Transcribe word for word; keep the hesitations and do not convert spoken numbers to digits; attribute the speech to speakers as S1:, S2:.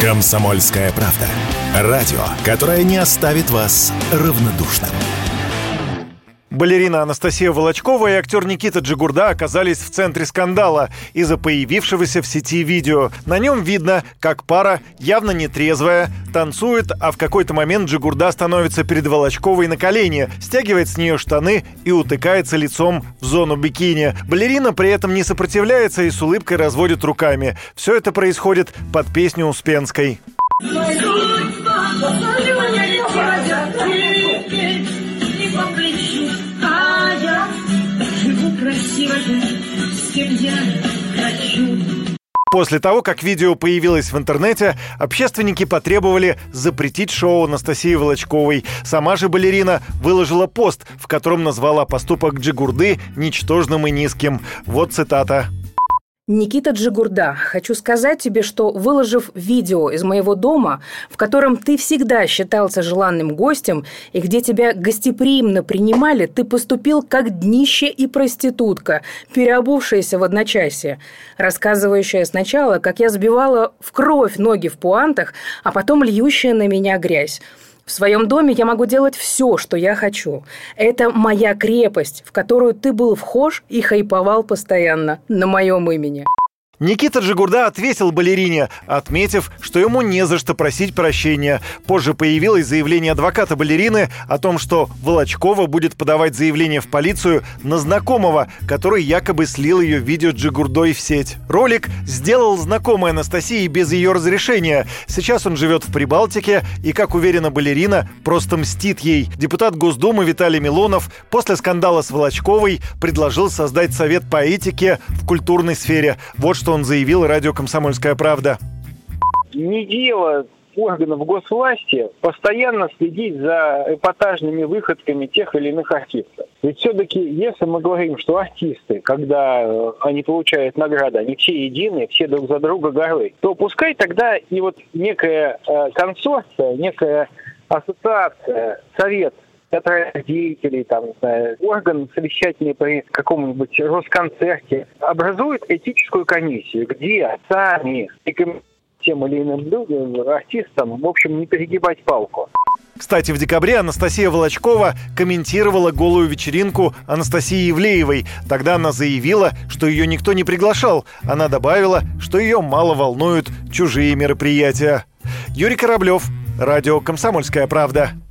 S1: «Комсомольская правда». Радио, которое не оставит вас равнодушным.
S2: Балерина Анастасия Волочкова и актер Никита Джигурда оказались в центре скандала из-за появившегося в сети видео. На нем видно, как пара, явно нетрезвая, танцует, а в какой-то момент Джигурда становится перед Волочковой на колени, стягивает с нее штаны и утыкается лицом в зону бикини. Балерина при этом не сопротивляется и с улыбкой разводит руками. Все это происходит под песню Успенской. После того, как видео появилось в интернете, общественники потребовали запретить шоу Анастасии Волочковой. Сама же балерина выложила пост, в котором назвала поступок Джигурды ничтожным и низким. Вот цитата.
S3: Никита Джигурда, хочу сказать тебе, что, выложив видео из моего дома, в котором ты всегда считался желанным гостем и где тебя гостеприимно принимали, ты поступил как днище и проститутка, переобувшаяся в одночасье, рассказывающая сначала, как я сбивала в кровь ноги в пуантах, а потом льющая на меня грязь. В своем доме я могу делать все, что я хочу. Это моя крепость, в которую ты был вхож и хайповал постоянно на моем имени.
S2: Никита Джигурда ответил балерине, отметив, что ему не за что просить прощения. Позже появилось заявление адвоката балерины о том, что Волочкова будет подавать заявление в полицию на знакомого, который якобы слил ее видео Джигурдой в сеть. Ролик сделал знакомый Анастасии без ее разрешения. Сейчас он живет в Прибалтике и, как уверена балерина, просто мстит ей. Депутат Госдумы Виталий Милонов после скандала с Волочковой предложил создать совет по этике в культурной сфере. Вот что он заявил радио «Комсомольская правда».
S4: Не дело органов госвласти постоянно следить за эпатажными выходками тех или иных артистов. Ведь все-таки, если мы говорим, что артисты, когда они получают награды, они все едины, все друг за друга горой, то пускай тогда и вот некая э, консорция, некая ассоциация, совет театральных деятелей, там, не знаю, орган совещательный при каком-нибудь Росконцерте образует этическую комиссию, где сами рекомендуют тем или иным артистам, в общем, не перегибать палку.
S2: Кстати, в декабре Анастасия Волочкова комментировала голую вечеринку Анастасии Ивлеевой. Тогда она заявила, что ее никто не приглашал. Она добавила, что ее мало волнуют чужие мероприятия. Юрий Кораблев, радио «Комсомольская правда».